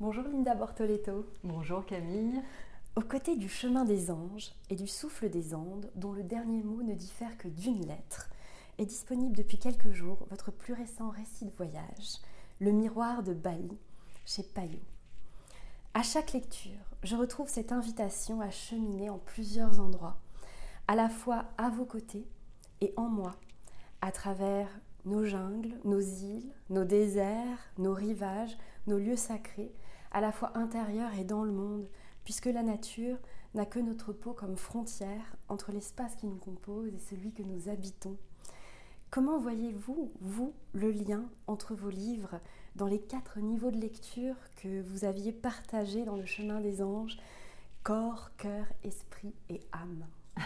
Bonjour Linda Bortoletto. Bonjour Camille. Aux côtés du chemin des anges et du souffle des Andes, dont le dernier mot ne diffère que d'une lettre, est disponible depuis quelques jours votre plus récent récit de voyage, Le miroir de Bali, chez Payot. À chaque lecture, je retrouve cette invitation à cheminer en plusieurs endroits, à la fois à vos côtés et en moi, à travers nos jungles, nos îles, nos déserts, nos rivages, nos lieux sacrés, à la fois intérieurs et dans le monde, puisque la nature n'a que notre peau comme frontière entre l'espace qui nous compose et celui que nous habitons. Comment voyez-vous, vous, le lien entre vos livres dans les 4 niveaux de lecture que vous aviez partagés dans le chemin des anges, corps, cœur, esprit et âme?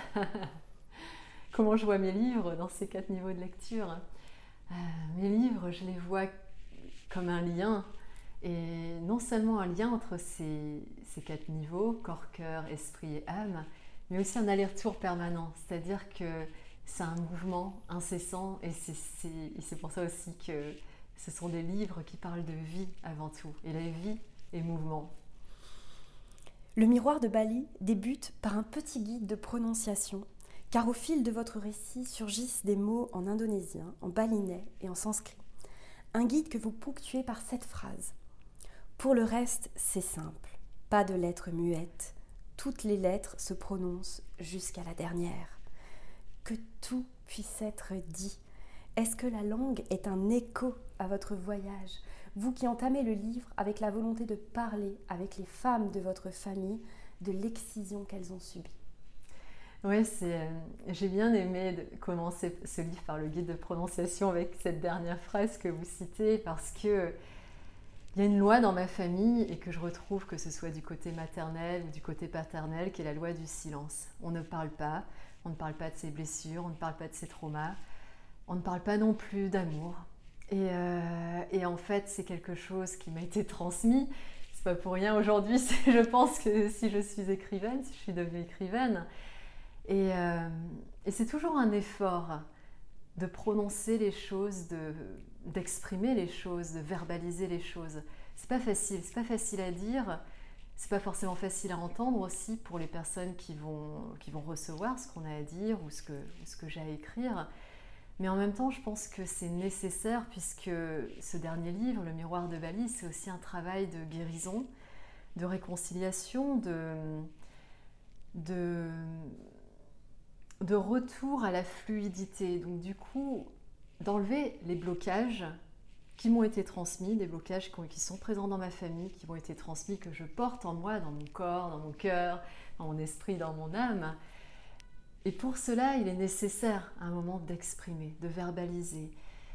Comment je vois mes livres dans ces 4 niveaux de lecture? Mes livres, je les vois comme un lien, et non seulement un lien entre ces 4 niveaux, corps, cœur, esprit et âme, mais aussi un aller-retour permanent, c'est-à-dire que c'est un mouvement incessant, et c'est pour ça aussi que ce sont des livres qui parlent de vie avant tout, et la vie est mouvement. Le miroir de Bali débute par un petit guide de prononciation, car au fil de votre récit surgissent des mots en indonésien, en balinais et en sanskrit. Un guide que vous ponctuez par cette phrase. Pour le reste, c'est simple. Pas de lettres muettes. Toutes les lettres se prononcent jusqu'à la dernière. Que tout puisse être dit. Est-ce que la langue est un écho à votre voyage? Vous qui entamez le livre avec la volonté de parler avec les femmes de votre famille de l'excision qu'elles ont subie. Oui, j'ai bien aimé commencer ce livre par le guide de prononciation avec cette dernière phrase que vous citez, parce que il y a une loi dans ma famille, et que je retrouve que ce soit du côté maternel ou du côté paternel, qui est la loi du silence. On ne parle pas de ses blessures, on ne parle pas de ses traumas, on ne parle pas non plus d'amour. Et en fait, c'est quelque chose qui m'a été transmis. C'est pas pour rien aujourd'hui, je pense que si je suis écrivaine, si je suis devenue écrivaine. Et c'est toujours un effort de prononcer les choses, d'exprimer les choses, de verbaliser les choses. C'est pas facile à dire, c'est pas forcément facile à entendre aussi pour les personnes qui vont recevoir ce qu'on a à dire ou ce que j'ai à écrire. Mais en même temps, je pense que c'est nécessaire, puisque ce dernier livre, Le miroir de Bali, c'est aussi un travail de guérison, de réconciliation, de retour à la fluidité. Donc du coup, d'enlever les blocages qui m'ont été transmis, des blocages qui sont présents dans ma famille, qui m'ont été transmis, que je porte en moi, dans mon corps, dans mon cœur, dans mon esprit, dans mon âme. Et pour cela, il est nécessaire à un moment d'exprimer, de verbaliser,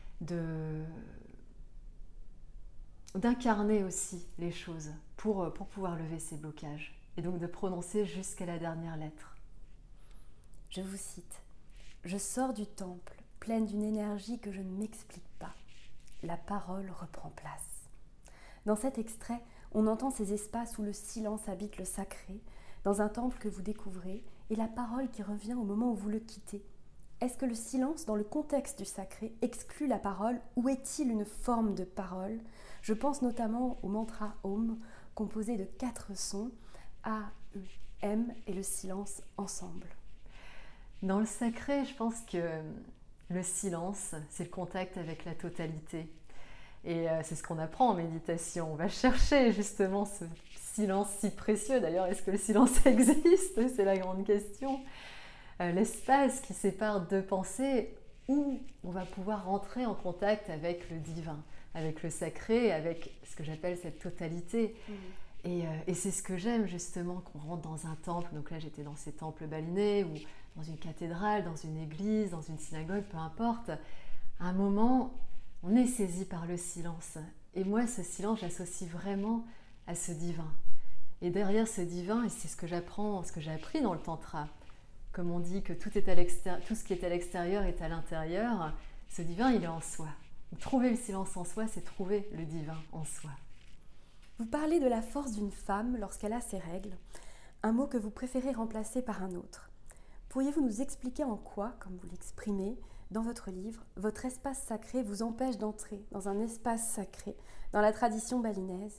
d'incarner aussi les choses pour pouvoir lever ces blocages. Et donc de prononcer jusqu'à la dernière lettre. Je vous cite. Je sors du temple, pleine d'une énergie que je ne m'explique pas. La parole reprend place. Dans cet extrait, on entend ces espaces où le silence habite le sacré, dans un temple que vous découvrez, et la parole qui revient au moment où vous le quittez. Est-ce que le silence, dans le contexte du sacré, exclut la parole, ou est-il une forme de parole? Je pense notamment au mantra Om, composé de 4 sons, A, U, M et le silence ensemble. Dans le sacré, je pense que le silence, c'est le contact avec la totalité. Et c'est ce qu'on apprend en méditation. On va chercher justement ce silence si précieux. D'ailleurs, est-ce que le silence existe? C'est la grande question. L'espace qui sépare deux pensées, où on va pouvoir rentrer en contact avec le divin, avec le sacré, avec ce que j'appelle cette totalité. Et c'est ce que j'aime justement, qu'on rentre dans un temple. Donc là, j'étais dans ces temples balinais, ou dans une cathédrale, dans une église, dans une synagogue, peu importe. À un moment, on est saisi par le silence. Et moi, ce silence, j'associe vraiment à ce divin. Et derrière ce divin, et c'est ce que j'apprends, ce que j'ai appris dans le tantra, comme on dit que tout ce qui est à l'extérieur est à l'intérieur, ce divin, il est en soi. Trouver le silence en soi, c'est trouver le divin en soi. Vous parlez de la force d'une femme lorsqu'elle a ses règles, un mot que vous préférez remplacer par un autre. Pourriez-vous nous expliquer en quoi, comme vous l'exprimez dans votre livre, votre espace sacré vous empêche d'entrer dans un espace sacré dans la tradition balinaise,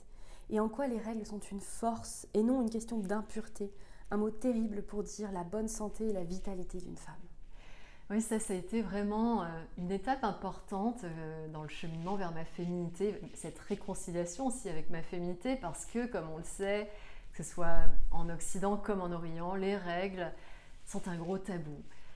et en quoi les règles sont une force et non une question d'impureté, un mot terrible pour dire la bonne santé et la vitalité d'une femme. Oui, ça a été vraiment une étape importante dans le cheminement vers ma féminité, cette réconciliation aussi avec ma féminité, parce que, comme on le sait, que ce soit en Occident comme en Orient, les règles sont un gros tabou.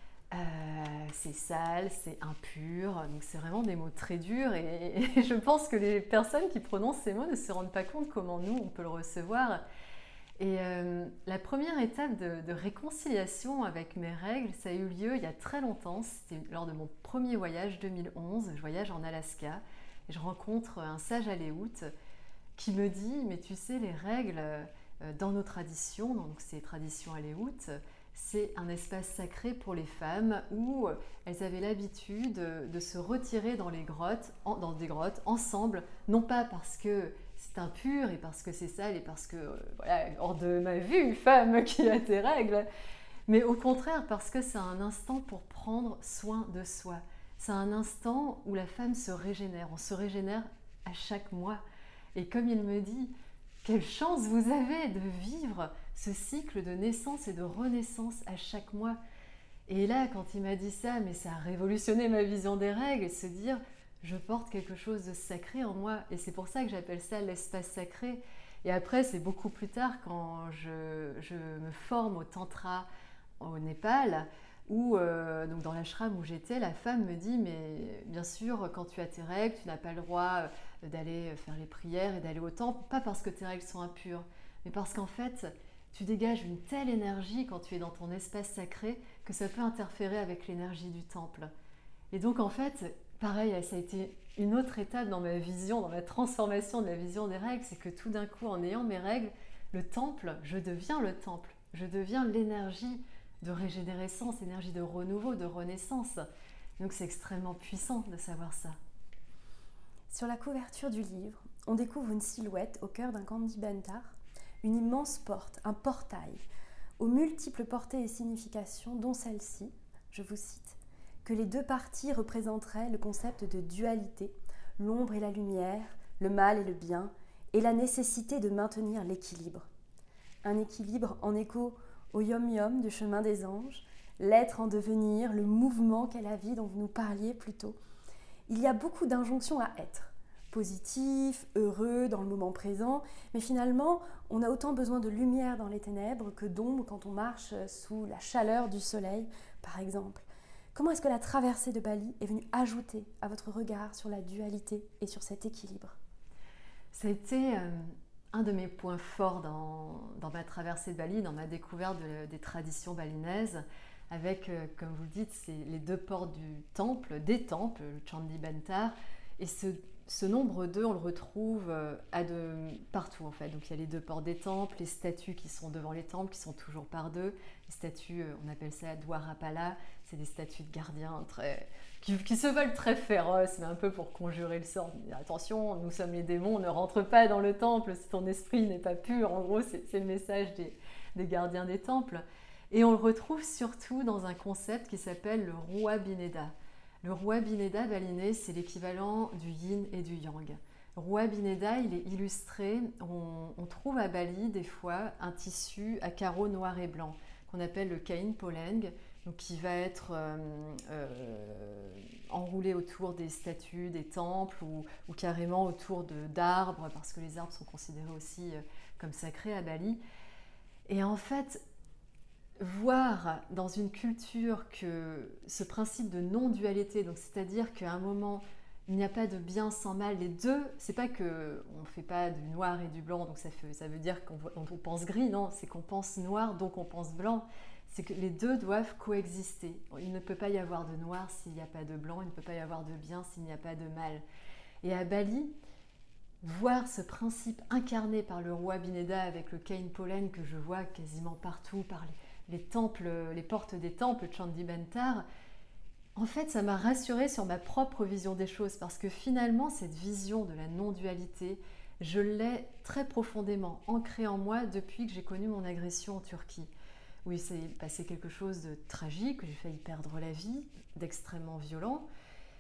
C'est sale, c'est impur, donc c'est vraiment des mots très durs et je pense que les personnes qui prononcent ces mots ne se rendent pas compte comment nous, on peut le recevoir. Et la première étape de réconciliation avec mes règles, ça a eu lieu il y a très longtemps. C'était lors de mon premier voyage 2011. Je voyage en Alaska et je rencontre un sage aléoute qui me dit « Mais tu sais, les règles dans nos traditions, donc ces traditions aléoutes, c'est un espace sacré pour les femmes où elles avaient l'habitude de se retirer dans des grottes ensemble, non pas parce que c'est impur et parce que c'est sale et parce que, voilà, hors de ma vue, femme qui a tes règles, mais au contraire parce que c'est un instant pour prendre soin de soi. C'est un instant où la femme se régénère. On se régénère à chaque mois. Et comme il me dit, quelle chance vous avez de vivre ce cycle de naissance et de renaissance à chaque mois. Et là, quand il m'a dit ça, mais ça a révolutionné ma vision des règles et se dire, je porte quelque chose de sacré en moi. Et c'est pour ça que j'appelle ça l'espace sacré. Et après, c'est beaucoup plus tard quand je me forme au tantra au Népal, où donc dans l'ashram où j'étais, la femme me dit, mais bien sûr, quand tu as tes règles, tu n'as pas le droit d'aller faire les prières et d'aller au temple, pas parce que tes règles sont impures, mais parce qu'en fait, tu dégages une telle énergie quand tu es dans ton espace sacré que ça peut interférer avec l'énergie du temple. Et donc en fait, pareil, ça a été une autre étape dans ma vision, dans ma transformation de la vision des règles, c'est que tout d'un coup, en ayant mes règles, le temple, je deviens le temple, je deviens l'énergie de régénérescence, énergie de renouveau, de renaissance. Donc c'est extrêmement puissant de savoir ça. Sur la couverture du livre, on découvre une silhouette au cœur d'un Chandi Bantar, une immense porte, un portail, aux multiples portées et significations, dont celle-ci, je vous cite, que les deux parties représenteraient le concept de dualité, l'ombre et la lumière, le mal et le bien, et la nécessité de maintenir l'équilibre. Un équilibre en écho au yom-yom du chemin des anges, l'être en devenir, le mouvement qu'est la vie dont vous nous parliez plus tôt. Il y a beaucoup d'injonctions à être, positif, heureux dans le moment présent, mais finalement, on a autant besoin de lumière dans les ténèbres que d'ombre quand on marche sous la chaleur du soleil, par exemple. Comment est-ce que la traversée de Bali est venue ajouter à votre regard sur la dualité et sur cet équilibre ? Ça a été un de mes points forts dans ma traversée de Bali, dans ma découverte des traditions balinaises, avec, comme vous le dites, c'est les deux portes du temple, des temples, le Chandi Bantar, et ce nombre 2, on le retrouve partout en fait. Donc il y a les deux portes des temples, les statues qui sont devant les temples, qui sont toujours par deux. Les statues, on appelle ça Dwarapala, c'est des statues de gardiens qui se veulent très féroces, mais un peu pour conjurer le sort. Attention, nous sommes les démons, ne rentre pas dans le temple si ton esprit n'est pas pur. En gros, c'est le message des gardiens des temples. Et on le retrouve surtout dans un concept qui s'appelle le Rua Bineda. Le Rua Bineda balinais, c'est l'équivalent du yin et du yang. Rua Bineda, il est illustré, on trouve à Bali des fois un tissu à carreaux noirs et blancs qu'on appelle le kain poleng, donc qui va être enroulé autour des statues, des temples ou carrément autour d'arbres, parce que les arbres sont considérés aussi comme sacrés à Bali. Et en fait, voir dans une culture que ce principe de non-dualité, donc c'est-à-dire qu'à un moment, il n'y a pas de bien sans mal, les deux, c'est pas qu'on ne fait pas du noir et du blanc, donc ça veut dire qu'on pense gris, non, c'est qu'on pense noir, donc on pense blanc. C'est que les deux doivent coexister. Il ne peut pas y avoir de noir s'il n'y a pas de blanc, il ne peut pas y avoir de bien s'il n'y a pas de mal. Et à Bali, voir ce principe incarné par le Rua Bineda avec le kain pollen que je vois quasiment partout, par les temples, les portes des temples, Chandi Bantar, en fait, ça m'a rassurée sur ma propre vision des choses parce que finalement, cette vision de la non-dualité, je l'ai très profondément ancrée en moi depuis que j'ai connu mon agression en Turquie. Où il s'est passé quelque chose de tragique, j'ai failli perdre la vie, d'extrêmement violent.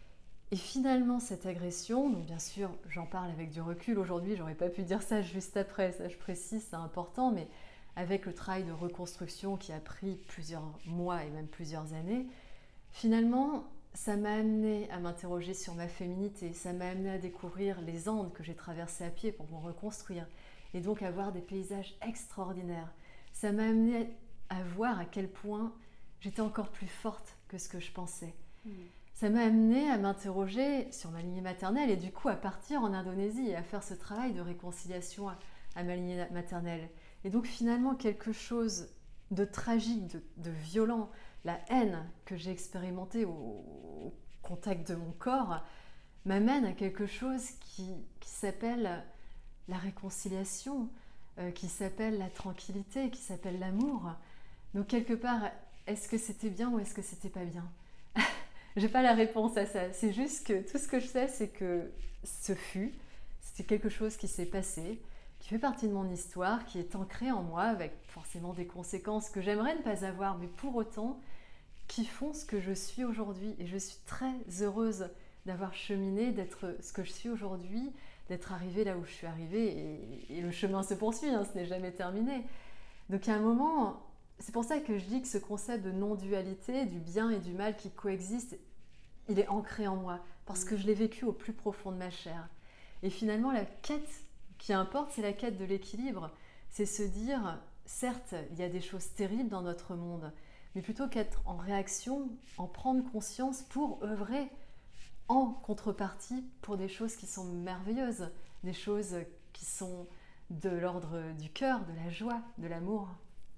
Et finalement, cette agression, donc bien sûr, j'en parle avec du recul aujourd'hui, j'aurais pas pu dire ça juste après, ça je précise, c'est important, mais avec le travail de reconstruction qui a pris plusieurs mois et même plusieurs années, finalement, ça m'a amené à m'interroger sur ma féminité, ça m'a amené à découvrir les Andes que j'ai traversées à pied pour me reconstruire, et donc à voir des paysages extraordinaires. Ça m'a amené à voir à quel point j'étais encore plus forte que ce que je pensais. Ça m'a amené à m'interroger sur ma lignée maternelle et du coup à partir en Indonésie et à faire ce travail de réconciliation à ma lignée maternelle. Et donc finalement quelque chose de tragique, de violent, la haine que j'ai expérimentée au contact de mon corps m'amène à quelque chose qui s'appelle la réconciliation, qui s'appelle la tranquillité, qui s'appelle l'amour. Donc quelque part, est-ce que c'était bien ou est-ce que c'était pas bien ? J'ai pas la réponse à ça. C'est juste que tout ce que je sais, c'est que c'était quelque chose qui s'est passé, qui fait partie de mon histoire, qui est ancré en moi, avec forcément des conséquences que j'aimerais ne pas avoir, mais pour autant, qui font ce que je suis aujourd'hui. Et je suis très heureuse d'avoir cheminé, d'être ce que je suis aujourd'hui, d'être arrivée là où je suis arrivée. Et le chemin se poursuit, hein, ce n'est jamais terminé. Donc à un moment, c'est pour ça que je dis que ce concept de non-dualité, du bien et du mal qui coexistent, il est ancré en moi, parce que je l'ai vécu au plus profond de ma chair. Et finalement, la quête qui importe, c'est la quête de l'équilibre. C'est se dire, certes, il y a des choses terribles dans notre monde, mais plutôt qu'être en réaction, en prendre conscience pour œuvrer en contrepartie pour des choses qui sont merveilleuses, des choses qui sont de l'ordre du cœur, de la joie, de l'amour.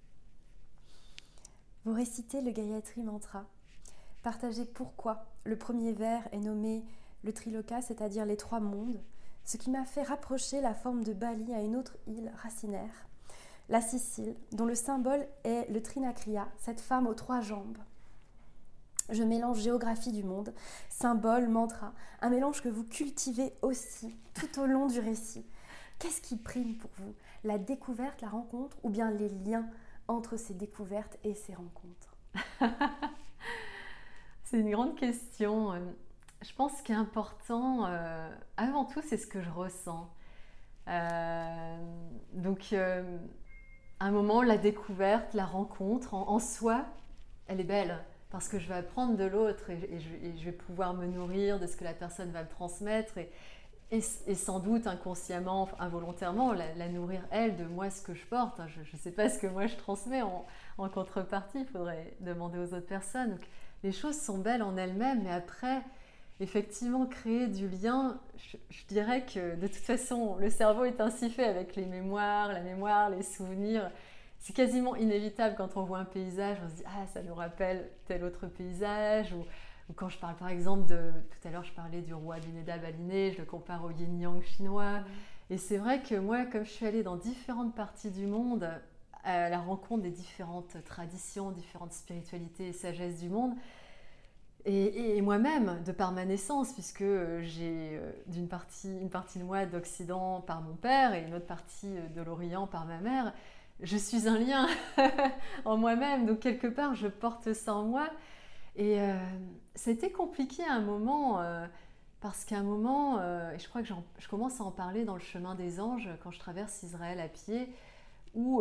Vous récitez le Gayatri Mantra. Partagez pourquoi le premier vers est nommé le Triloka, c'est-à-dire les trois mondes, ce qui m'a fait rapprocher la forme de Bali à une autre île racinaire, la Sicile, dont le symbole est le Trinakriya, cette femme aux trois jambes. Je mélange géographie du monde, symbole, mantra, un mélange que vous cultivez aussi tout au long du récit. Qu'est-ce qui prime pour vous ? La découverte, la rencontre, ou bien les liens entre ces découvertes et ces rencontres ? C'est une grande question. Je pense ce qui est important, avant tout, c'est ce que je ressens. Donc, à un moment, la découverte, la rencontre en soi, elle est belle parce que je vais apprendre de l'autre et je vais pouvoir me nourrir de ce que la personne va me transmettre et sans doute inconsciemment, involontairement, la nourrir elle de moi ce que je porte. Je ne sais pas ce que moi je transmets en contrepartie, il faudrait demander aux autres personnes. Donc, les choses sont belles en elles-mêmes, mais après, effectivement, créer du lien, je dirais que de toute façon, le cerveau est ainsi fait avec les mémoires, la mémoire, les souvenirs. C'est quasiment inévitable quand on voit un paysage, on se dit « Ah, ça nous rappelle tel autre paysage » ou quand je parle par exemple tout à l'heure je parlais du roi Bineda baliné, je le compare au yin-yang chinois. Et c'est vrai que moi, comme je suis allée dans différentes parties du monde, à la rencontre des différentes traditions, différentes spiritualités et sagesses du monde, et moi-même, de par ma naissance, puisque j'ai une partie de moi d'Occident par mon père et une autre partie de l'Orient par ma mère, je suis un lien en moi-même, donc quelque part je porte ça en moi. Et c'était compliqué à un moment, parce qu'à un moment, et je crois que je commence à en parler dans le chemin des anges, quand je traverse Israël à pied, où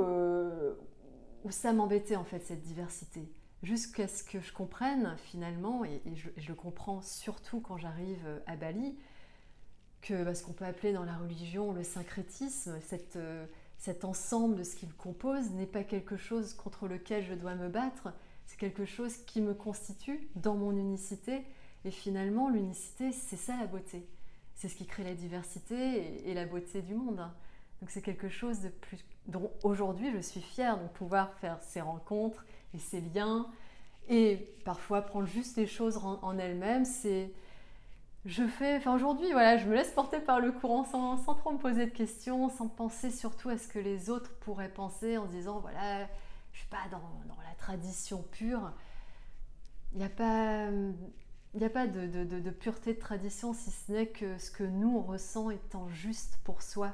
ça m'embêtait en fait cette diversité. Jusqu'à ce que je comprenne finalement, et je le comprends surtout quand j'arrive à Bali, que ce qu'on peut appeler dans la religion le syncrétisme, cet ensemble de ce qui me compose, n'est pas quelque chose contre lequel je dois me battre, c'est quelque chose qui me constitue dans mon unicité. Et finalement, l'unicité, c'est ça la beauté. C'est ce qui crée la diversité et la beauté du monde. Donc c'est quelque chose de plus dont aujourd'hui je suis fière de pouvoir faire ces rencontres et ces liens et parfois prendre juste les choses en elles-mêmes. Aujourd'hui, voilà, je me laisse porter par le courant sans trop me poser de questions, sans penser surtout à ce que les autres pourraient penser en se disant voilà, je suis pas dans la tradition pure. Il n'y a pas de pureté de tradition si ce n'est que ce que nous on ressent étant juste pour soi.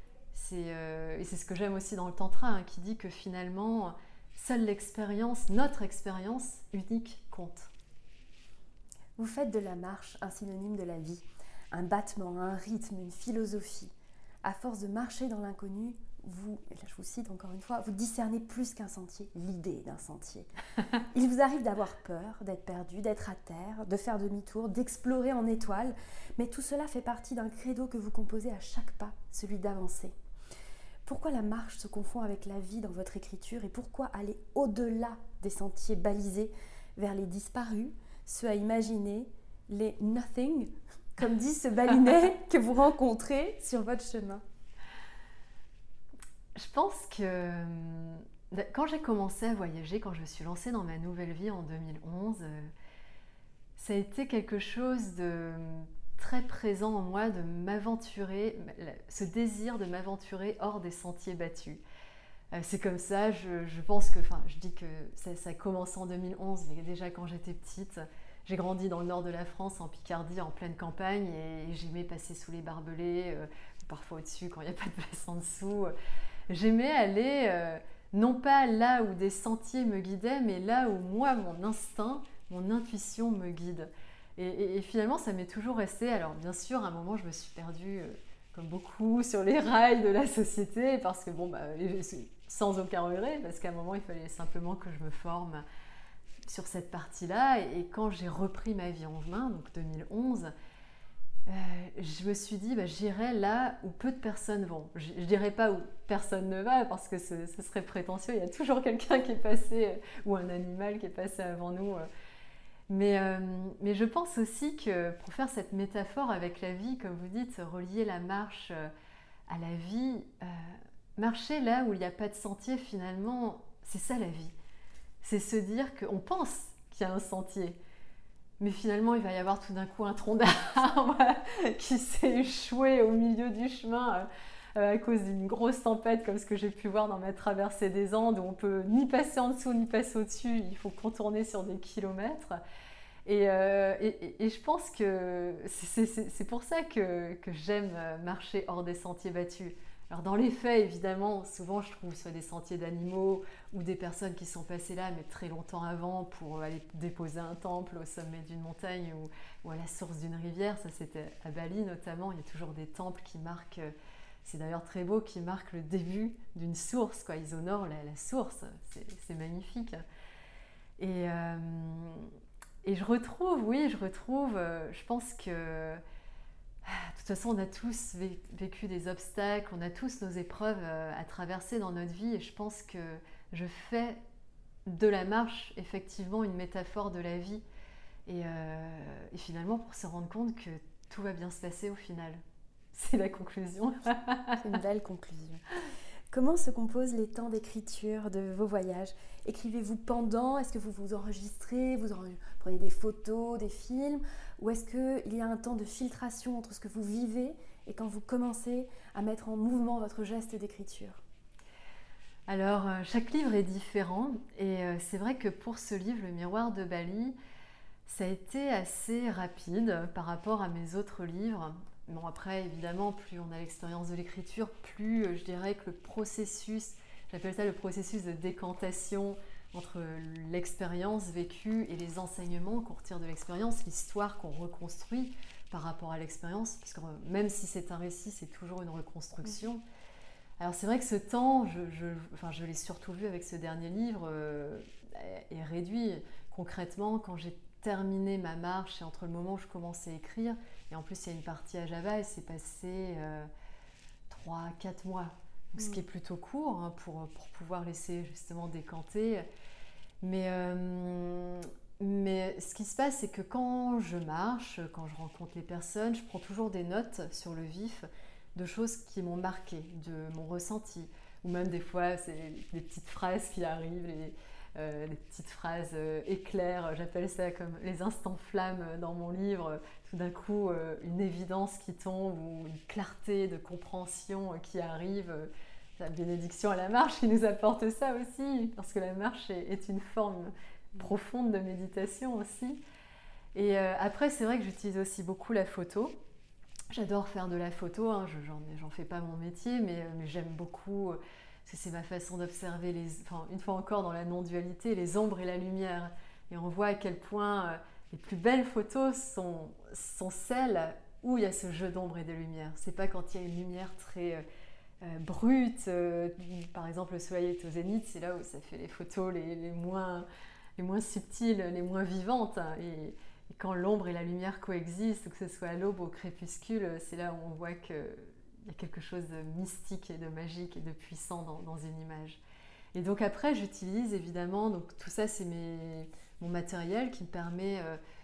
Et c'est ce que j'aime aussi dans le tantra, qui dit que finalement, seule l'expérience, notre expérience unique compte. Vous faites de la marche un synonyme de la vie, un battement, un rythme, une philosophie. À force de marcher dans l'inconnu, vous, et là je vous cite encore une fois, vous discernez plus qu'un sentier, l'idée d'un sentier. Il vous arrive d'avoir peur, d'être perdu, d'être à terre, de faire demi-tour, d'explorer en étoile, mais tout cela fait partie d'un credo que vous composez à chaque pas, celui d'avancer. Pourquoi la marche se confond avec la vie dans votre écriture et pourquoi aller au-delà des sentiers balisés vers les disparus, ceux à imaginer, les nothing, comme dit ce balinais que vous rencontrez sur votre chemin? Je pense que quand j'ai commencé à voyager, quand je me suis lancée dans ma nouvelle vie en 2011, ça a été quelque chose de très présent en moi, de m'aventurer, ce désir de m'aventurer hors des sentiers battus. C'est comme ça, je pense que, enfin, je dis que ça a commencé en 2011, mais déjà quand j'étais petite, j'ai grandi dans le nord de la France, en Picardie, en pleine campagne, et j'aimais passer sous les barbelés, parfois au-dessus quand il n'y a pas de place en dessous. J'aimais aller, non pas là où des sentiers me guidaient, mais là où moi, mon instinct, mon intuition me guide. Et finalement, ça m'est toujours resté. Alors bien sûr, à un moment, je me suis perdue, comme beaucoup, sur les rails de la société, parce que sans aucun regret, parce qu'à un moment, il fallait simplement que je me forme sur cette partie-là. Et quand j'ai repris ma vie en main, donc 2011, je me suis dit, j'irai là où peu de personnes vont. Je ne dirais pas où personne ne va, parce que ce serait prétentieux. Il y a toujours quelqu'un qui est passé, ou un animal qui est passé avant nous. Mais je pense aussi que pour faire cette métaphore avec la vie, comme vous dites, relier la marche à la vie, marcher là où il n'y a pas de sentier, finalement, c'est ça la vie. C'est se dire qu'on pense qu'il y a un sentier, mais finalement il va y avoir tout d'un coup un tronc d'arbre qui s'est échoué au milieu du chemin à cause d'une grosse tempête, comme ce que j'ai pu voir dans ma traversée des Andes, où on peut ni passer en dessous ni passer au-dessus, il faut contourner sur des kilomètres. Et je pense que c'est pour ça que j'aime marcher hors des sentiers battus. Alors dans les faits, évidemment, souvent je trouve soit des sentiers d'animaux ou des personnes qui sont passées là, mais très longtemps avant, pour aller déposer un temple au sommet d'une montagne ou à la source d'une rivière. Ça, c'était à Bali notamment. Il y a toujours des temples qui marquent, c'est d'ailleurs très beau, qui marquent le début d'une source, quoi. Ils honorent la source. C'est magnifique. Et je retrouve, je pense que de toute façon, on a tous vécu des obstacles, on a tous nos épreuves à traverser dans notre vie, et je pense que je fais de la marche effectivement une métaphore de la vie, et finalement pour se rendre compte que tout va bien se passer au final. C'est la conclusion. C'est une belle conclusion. Comment se composent les temps d'écriture de vos voyages? Écrivez-vous pendant? Est-ce que vous vous enregistrez? Prenez des photos, des films? Ou est-ce qu'il y a un temps de filtration entre ce que vous vivez et quand vous commencez à mettre en mouvement votre geste d'écriture? Alors, chaque livre est différent. Et c'est vrai que pour ce livre, Le Miroir de Bali, ça a été assez rapide par rapport à mes autres livres. Bon, après, évidemment, plus on a l'expérience de l'écriture, plus je dirais que le processus, j'appelle ça le processus de décantation entre l'expérience vécue et les enseignements qu'on retire de l'expérience, l'histoire qu'on reconstruit par rapport à l'expérience, parce que même si c'est un récit, c'est toujours une reconstruction. Alors c'est vrai que ce temps, je l'ai surtout vu avec ce dernier livre, est réduit. Concrètement, quand j'ai terminé ma marche et entre le moment où je commençais à écrire, et en plus il y a une partie à Java, et c'est passé 3-4 mois, donc, ce qui est plutôt court hein, pour pouvoir laisser justement décanter. Mais ce qui se passe, c'est que quand je marche, quand je rencontre les personnes, je prends toujours des notes sur le vif de choses qui m'ont marqué, de mon ressenti, ou même des fois c'est des petites phrases qui arrivent, les petites phrases éclairs, j'appelle ça comme les instants flammes dans mon livre, tout d'un coup une évidence qui tombe ou une clarté de compréhension qui arrive, la bénédiction à la marche qui nous apporte ça aussi, parce que la marche est une forme profonde de méditation aussi. Et après c'est vrai que j'utilise aussi beaucoup la photo. J'adore faire de la photo, hein. J'en fais pas mon métier, mais j'aime beaucoup, parce que c'est ma façon d'observer, une fois encore dans la non-dualité, les ombres et la lumière. Et on voit à quel point les plus belles photos sont celles où il y a ce jeu d'ombre et de lumière. C'est pas quand il y a une lumière très brute, par exemple le soleil est au zénith, c'est là où ça fait les photos les moins subtiles, les moins vivantes. Et quand l'ombre et la lumière coexistent, que ce soit à l'aube ou au crépuscule, c'est là où on voit qu'il y a quelque chose de mystique et de magique et de puissant dans une image. Et donc après, j'utilise évidemment, donc tout ça c'est mon matériel qui me permet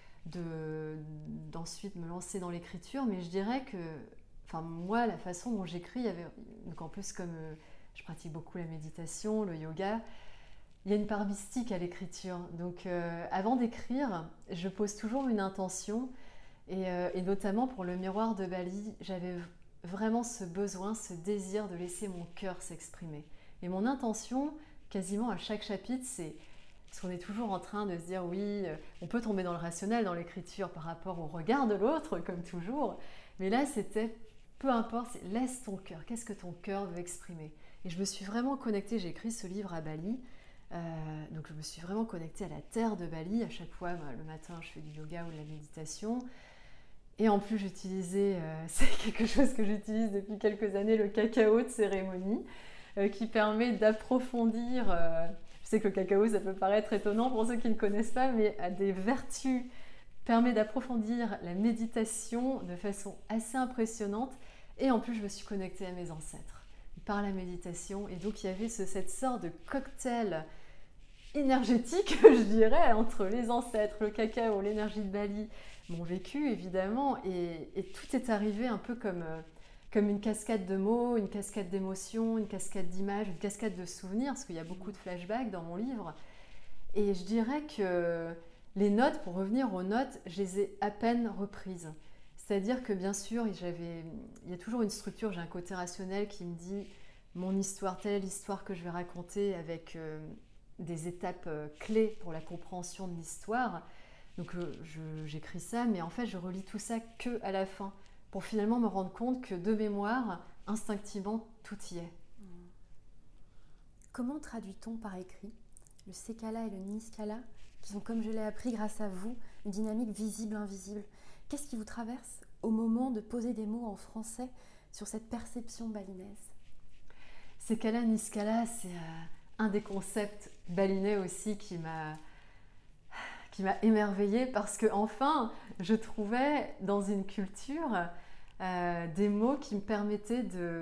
d'ensuite me lancer dans l'écriture, mais je dirais que, enfin moi, la façon dont j'écris, donc en plus comme je pratique beaucoup la méditation, le yoga, il y a une part mystique à l'écriture. Donc avant d'écrire, je pose toujours une intention et notamment pour le miroir de Bali, j'avais vraiment ce besoin, ce désir de laisser mon cœur s'exprimer. Et mon intention, quasiment à chaque chapitre, c'est parce qu'on est toujours en train de se dire oui, on peut tomber dans le rationnel dans l'écriture par rapport au regard de l'autre, comme toujours. Mais là, c'était peu importe, laisse ton cœur. Qu'est-ce que ton cœur veut exprimer? Et je me suis vraiment connectée, j'ai écrit ce livre à Bali. Donc je me suis vraiment connectée à la terre de Bali. À chaque fois, le matin, je fais du yoga ou de la méditation. Et en plus, j'utilisais, c'est quelque chose que j'utilise depuis quelques années, le cacao de cérémonie, qui permet d'approfondir. Je sais que le cacao, ça peut paraître étonnant pour ceux qui ne connaissent pas, mais a des vertus, permet d'approfondir la méditation de façon assez impressionnante. Et en plus, je me suis connectée à mes ancêtres par la méditation. Et donc, il y avait cette sorte de cocktail énergétique, je dirais, entre les ancêtres, le cacao, l'énergie de Bali, mon vécu évidemment, et tout est arrivé un peu comme une cascade de mots, une cascade d'émotions, une cascade d'images, une cascade de souvenirs, parce qu'il y a beaucoup de flashbacks dans mon livre. Et je dirais que les notes, pour revenir aux notes, je les ai à peine reprises. C'est-à-dire que bien sûr, il y a toujours une structure, j'ai un côté rationnel qui me dit mon histoire, telle est l'histoire que je vais raconter avec des étapes clés pour la compréhension de l'histoire. Donc j'écris ça, mais en fait je relis tout ça que à la fin, pour finalement me rendre compte que de mémoire, instinctivement, tout y est. Comment traduit-on par écrit le Sekala et le Niskala, qui sont, comme je l'ai appris grâce à vous, une dynamique visible-invisible? Qu'est-ce qui vous traverse au moment de poser des mots en français sur cette perception balinaise? Sekala, Niskala, c'est un des concepts balinais aussi qui m'a émerveillée, parce que enfin, je trouvais dans une culture des mots qui me permettaient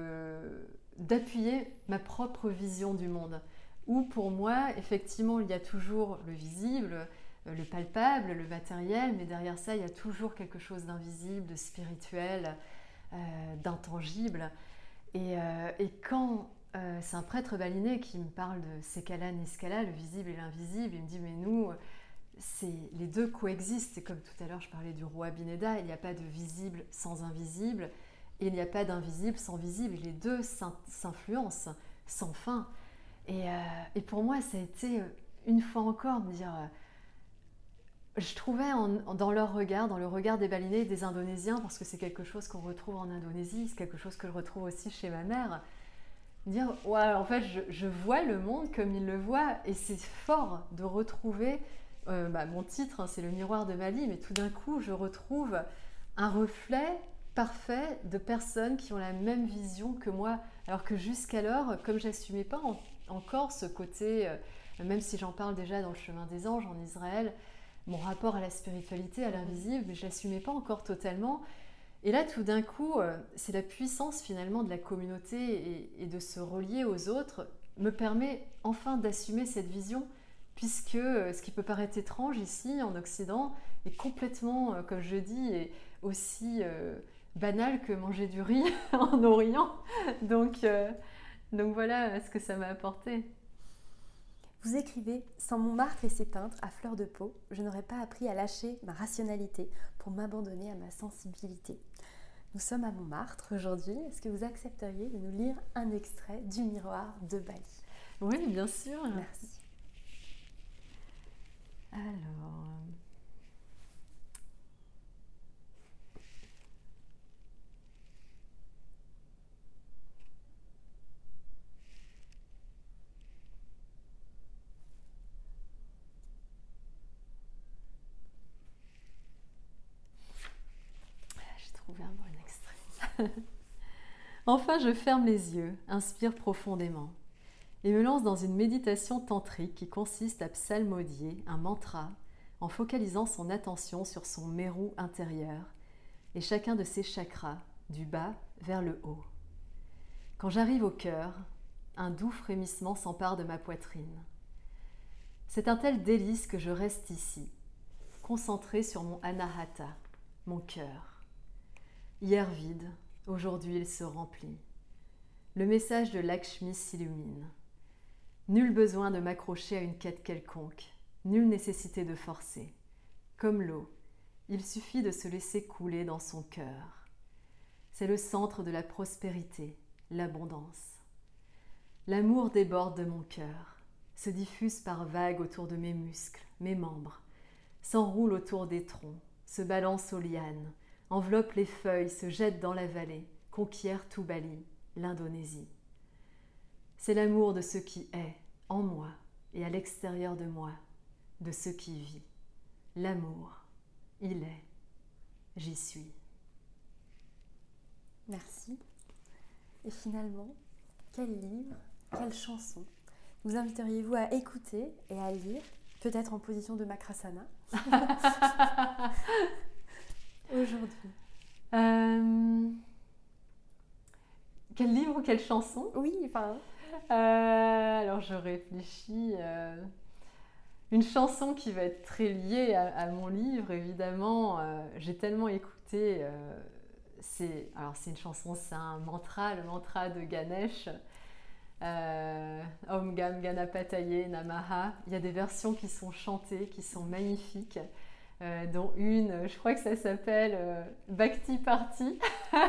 d'appuyer ma propre vision du monde. Où pour moi, effectivement, il y a toujours le visible, le palpable, le matériel, mais derrière ça, il y a toujours quelque chose d'invisible, de spirituel, d'intangible. Et quand c'est un prêtre balinais qui me parle de Sekala, Niskala, le visible et l'invisible, il me dit mais nous, les deux coexistent. Et comme tout à l'heure je parlais du roi Bineda, il n'y a pas de visible sans invisible, et il n'y a pas d'invisible sans visible, et les deux s'influencent sans fin. Et pour moi ça a été une fois encore de me dire, je trouvais dans leur regard, dans le regard des Balinais et des Indonésiens, parce que c'est quelque chose qu'on retrouve en Indonésie, c'est quelque chose que je retrouve aussi chez ma mère, dire ouais, en fait je vois le monde comme ils le voient, et c'est fort de retrouver mon titre, c'est le miroir de Bali, mais tout d'un coup je retrouve un reflet parfait de personnes qui ont la même vision que moi, alors que jusqu'alors, comme j'assumais pas encore ce côté, même si j'en parle déjà dans le chemin des anges en Israël, mon rapport à la spiritualité, à l'invisible, mais je l'assumais pas encore totalement. Et là, tout d'un coup, c'est la puissance finalement de la communauté et de se relier aux autres me permet enfin d'assumer cette vision, puisque ce qui peut paraître étrange ici en Occident est complètement, comme je dis, est aussi banal que manger du riz en Orient. Donc voilà ce que ça m'a apporté. Vous écrivez « Sans Montmartre et ses peintres à fleur de peau, je n'aurais pas appris à lâcher ma rationalité pour m'abandonner à ma sensibilité. » Nous sommes à Montmartre aujourd'hui. Est-ce que vous accepteriez de nous lire un extrait du Miroir de Bali? Oui, bien sûr. Merci. Alors... Enfin, je ferme les yeux, inspire profondément et me lance dans une méditation tantrique qui consiste à psalmodier un mantra en focalisant son attention sur son mérou intérieur et chacun de ses chakras, du bas vers le haut. Quand j'arrive au cœur, un doux frémissement s'empare de ma poitrine. C'est un tel délice que je reste ici, concentrée sur mon anahata, mon cœur. Hier vide, aujourd'hui il se remplit. Le message de Lakshmi s'illumine. Nul besoin de m'accrocher à une quête quelconque, nulle nécessité de forcer. Comme l'eau, il suffit de se laisser couler dans son cœur. C'est le centre de la prospérité, l'abondance. L'amour déborde de mon cœur, se diffuse par vagues autour de mes muscles, mes membres, s'enroule autour des troncs, se balance aux lianes, enveloppe les feuilles, se jette dans la vallée, conquiert tout Bali, l'Indonésie. C'est l'amour de ce qui est, en moi et à l'extérieur de moi, de ce qui vit. L'amour, il est, j'y suis. Merci. Et finalement, quel livre, quelle chanson vous inviteriez-vous à écouter et à lire, peut-être en position de Makrasana, aujourd'hui? Quel livre ou quelle chanson? Oui, enfin... Alors je réfléchis. Une chanson qui va être très liée à mon livre, évidemment. J'ai tellement écouté. C'est une chanson, c'est un mantra, le mantra de Ganesh. Om Gam Ganapataye Namaha. Il y a des versions qui sont chantées, qui sont magnifiques, dont une, je crois que ça s'appelle Bhakti Party.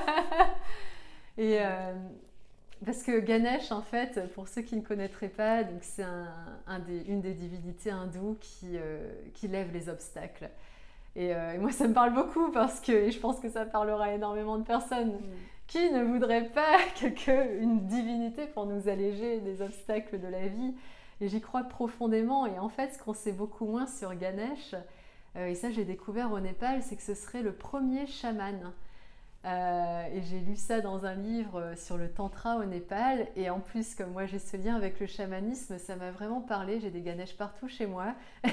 Et parce que Ganesh, en fait, pour ceux qui ne connaîtraient pas, donc c'est une des divinités hindoues qui lève les obstacles. Et moi, ça me parle beaucoup parce que et je pense que ça parlera énormément de personnes. Qui ne voudrait pas une divinité pour nous alléger des obstacles de la vie? Et j'y crois profondément. Et en fait, ce qu'on sait beaucoup moins sur Ganesh, et ça j'ai découvert au Népal, c'est que ce serait le premier chaman. Et j'ai lu ça dans un livre sur le tantra au Népal. Et en plus, comme moi j'ai ce lien avec le chamanisme, ça m'a vraiment parlé. J'ai des Ganesh partout chez moi.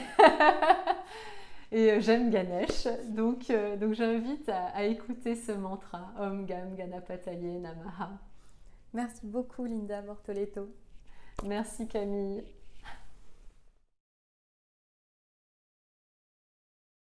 Et j'aime Ganesh, donc j'invite à écouter ce mantra, Om Gam Ganapataye Namaha. Merci beaucoup Linda Mortoletto. Merci Camille.